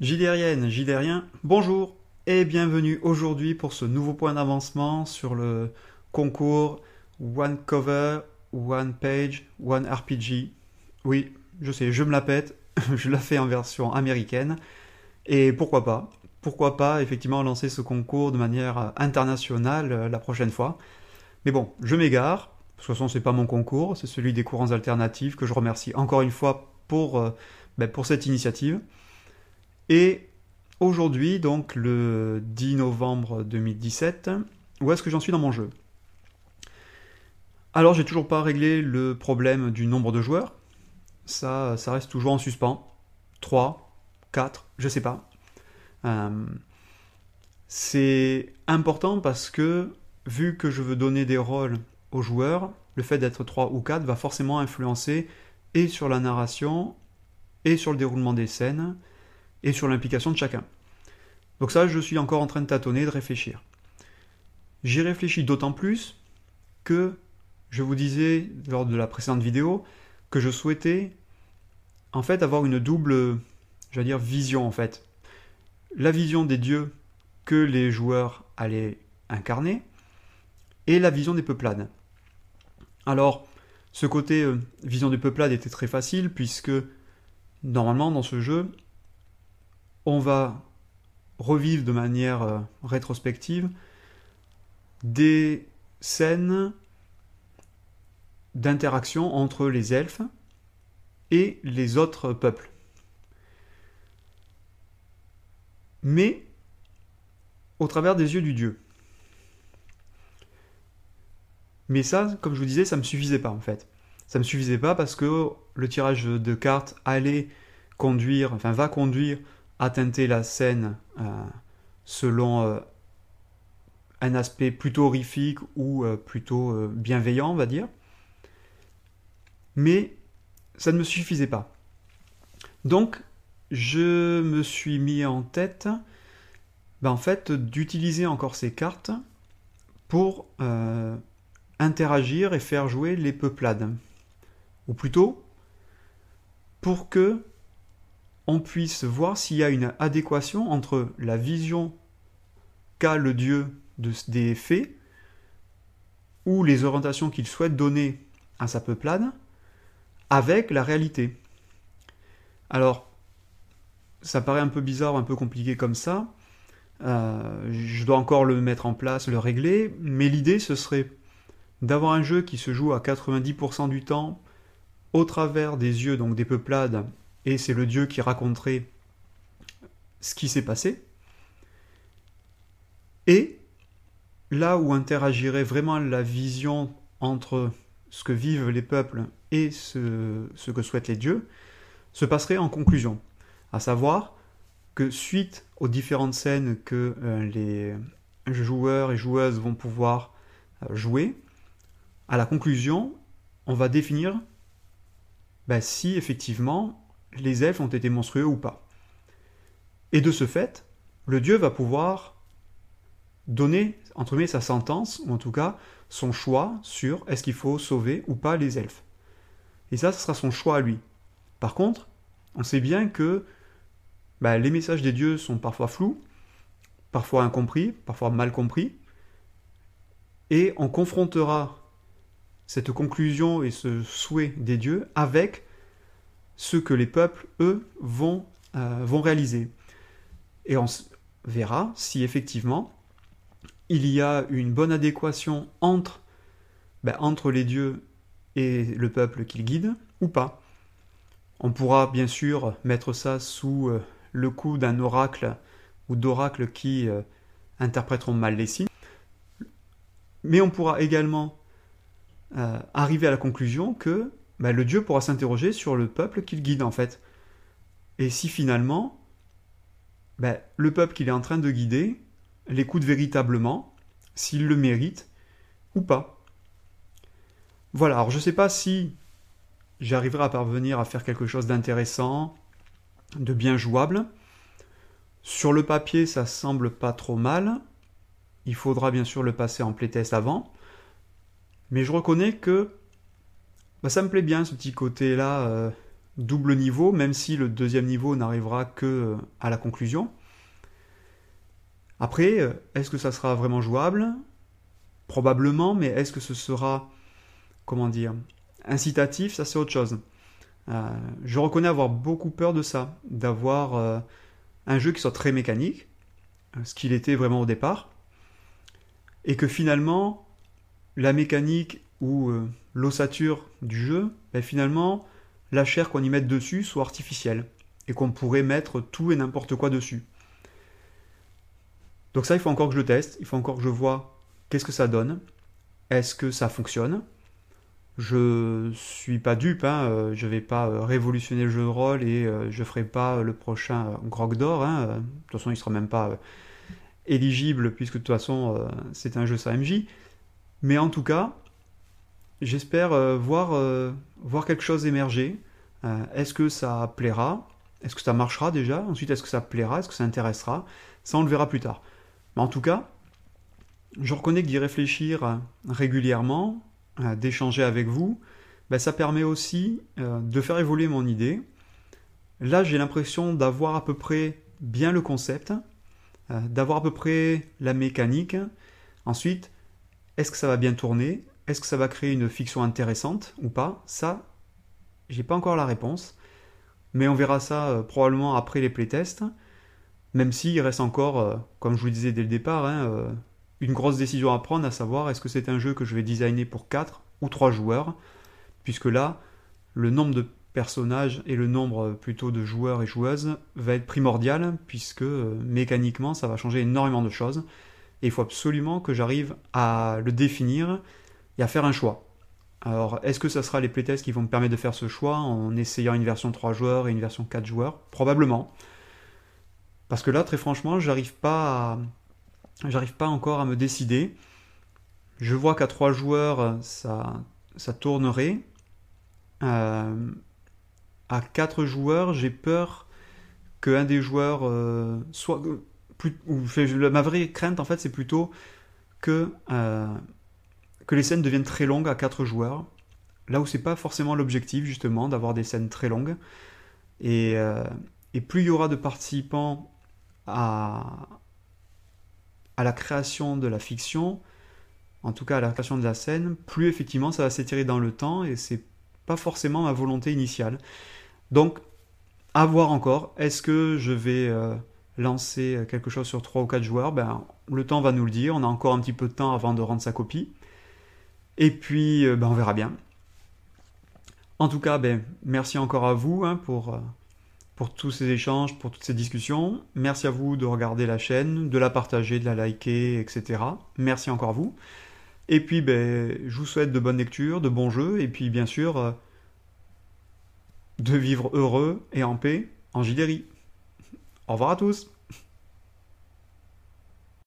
Gilérienne, Gilérien, bonjour et bienvenue aujourd'hui pour ce nouveau point d'avancement sur le concours One Cover, One Page, One RPG. Oui, je sais, je me la pète, je la fais en version américaine et pourquoi pas effectivement lancer ce concours de manière internationale la prochaine fois. Mais bon, je m'égare, de toute façon c'est pas mon concours, c'est celui des courants alternatifs que je remercie encore une fois pour cette initiative. Et aujourd'hui, donc le 10 novembre 2017, où est-ce que j'en suis dans mon jeu? Alors, j'ai toujours pas réglé le problème du nombre de joueurs. Ça reste toujours en suspens. 3, 4, je sais pas. Euh, c'est important parce que, vu que je veux donner des rôles aux joueurs, le fait d'être 3 ou 4 va forcément influencer et sur la narration, et sur le déroulement des scènes, et sur l'implication de chacun. Donc ça, je suis encore en train de tâtonner, de réfléchir. J'y réfléchis d'autant plus que je vous disais lors de la précédente vidéo que je souhaitais en fait avoir une double, vision en fait. La vision des dieux que les joueurs allaient incarner et la vision des peuplades. Alors, ce côté vision des peuplades était très facile puisque normalement dans ce jeu, on va revivre de manière rétrospective des scènes d'interaction entre les elfes et les autres peuples. Mais au travers des yeux du dieu. Mais ça, comme je vous disais, ça ne me suffisait pas en fait. Ça ne me suffisait pas parce que le tirage de cartes va conduire à teinter la scène selon un aspect plutôt horrifique ou plutôt bienveillant, on va dire. Mais ça ne me suffisait pas. Donc, je me suis mis en tête en fait, d'utiliser encore ces cartes pour interagir et faire jouer les peuplades. Ou plutôt, pour que on puisse voir s'il y a une adéquation entre la vision qu'a le dieu des fées ou les orientations qu'il souhaite donner à sa peuplade avec la réalité. Alors, ça paraît un peu bizarre, un peu compliqué comme ça. Je dois encore le mettre en place, le régler, mais l'idée ce serait d'avoir un jeu qui se joue à 90% du temps au travers des yeux donc des peuplades, et c'est le dieu qui raconterait ce qui s'est passé. Et là où interagirait vraiment la vision entre ce que vivent les peuples et ce que souhaitent les dieux, se passerait en conclusion. À savoir que suite aux différentes scènes que les joueurs et joueuses vont pouvoir jouer, à la conclusion, on va définir si effectivement les elfes ont été monstrueux ou pas. Et de ce fait, le dieu va pouvoir donner, entre guillemets, sa sentence, ou en tout cas son choix sur est-ce qu'il faut sauver ou pas les elfes. Et ça, ce sera son choix à lui. Par contre, on sait bien que les messages des dieux sont parfois flous, parfois incompris, parfois mal compris, et on confrontera cette conclusion et ce souhait des dieux avec ce que les peuples, eux, vont réaliser. Et on verra si effectivement il y a une bonne adéquation entre les dieux et le peuple qu'ils guident ou pas. On pourra bien sûr mettre ça sous le coup d'un oracle ou d'oracles qui interpréteront mal les signes. Mais on pourra également arriver à la conclusion que le dieu pourra s'interroger sur le peuple qu'il guide en fait. Et si finalement, le peuple qu'il est en train de guider l'écoute véritablement, s'il le mérite ou pas. Voilà, alors je ne sais pas si j'arriverai à parvenir à faire quelque chose d'intéressant, de bien jouable. Sur le papier, ça semble pas trop mal. Il faudra bien sûr le passer en playtest avant. Mais je reconnais que ça me plaît bien ce petit côté-là double niveau, même si le deuxième niveau n'arrivera que à la conclusion. Après, est-ce que ça sera vraiment jouable? Probablement, mais est-ce que ce sera, comment dire, incitatif? Ça, c'est autre chose. Je reconnais avoir beaucoup peur de ça, d'avoir un jeu qui soit très mécanique, ce qu'il était vraiment au départ, et que finalement, la mécanique ou l'ossature du jeu, ben finalement, la chair qu'on y mette dessus soit artificielle, et qu'on pourrait mettre tout et n'importe quoi dessus. Donc ça, il faut encore que je le teste, il faut encore que je vois qu'est-ce que ça donne, est-ce que ça fonctionne. Je suis pas dupe, hein, je vais pas révolutionner le jeu de rôle et je ferai pas le prochain Grog d'or. Hein, de toute façon, il sera même pas éligible puisque de toute façon c'est un jeu sans MJ. Mais en tout cas, j'espère voir quelque chose émerger. Est-ce que ça plaira? Est-ce que ça marchera déjà? Ensuite, est-ce que ça plaira? Est-ce que ça intéressera? Ça, on le verra plus tard. Mais en tout cas, je reconnais que d'y réfléchir régulièrement, d'échanger avec vous, ben, ça permet aussi de faire évoluer mon idée. Là, j'ai l'impression d'avoir à peu près bien le concept, d'avoir à peu près la mécanique. Ensuite, est-ce que ça va bien tourner? Est-ce que ça va créer une fiction intéressante ou pas? Ça, j'ai pas encore la réponse. Mais on verra ça probablement après les playtests. Même s'il reste encore, comme je vous le disais dès le départ, hein, une grosse décision à prendre, à savoir est-ce que c'est un jeu que je vais designer pour 4 ou 3 joueurs, puisque là, le nombre de personnages et le nombre plutôt de joueurs et joueuses va être primordial, puisque mécaniquement, ça va changer énormément de choses, et il faut absolument que j'arrive à le définir et à faire un choix. Alors, est-ce que ça sera les playtests qui vont me permettre de faire ce choix en essayant une version 3 joueurs et une version 4 joueurs? Probablement. Parce que là, très franchement, j'arrive pas encore à me décider. Je vois qu'à 3 joueurs, ça tournerait. À 4 joueurs, j'ai peur qu'un des joueurs soit... ma vraie crainte, en fait, c'est plutôt que les scènes deviennent très longues à 4 joueurs. Là où c'est pas forcément l'objectif, justement, d'avoir des scènes très longues. Et plus il y aura de participants à la création de la fiction, en tout cas à la création de la scène, plus effectivement ça va s'étirer dans le temps et c'est pas forcément ma volonté initiale. Donc, à voir encore. Est-ce que je vais lancer quelque chose sur 3 ou 4 joueurs? Ben, le temps va nous le dire. On a encore un petit peu de temps avant de rendre sa copie. Et puis, ben, on verra bien. En tout cas, ben, merci encore à vous hein, pour tous ces échanges, pour toutes ces discussions. Merci à vous de regarder la chaîne, de la partager, de la liker, etc. Merci encore à vous. Et puis, ben, je vous souhaite de bonnes lectures, de bons jeux, et puis bien sûr, de vivre heureux et en paix en JDRI. Au revoir à tous!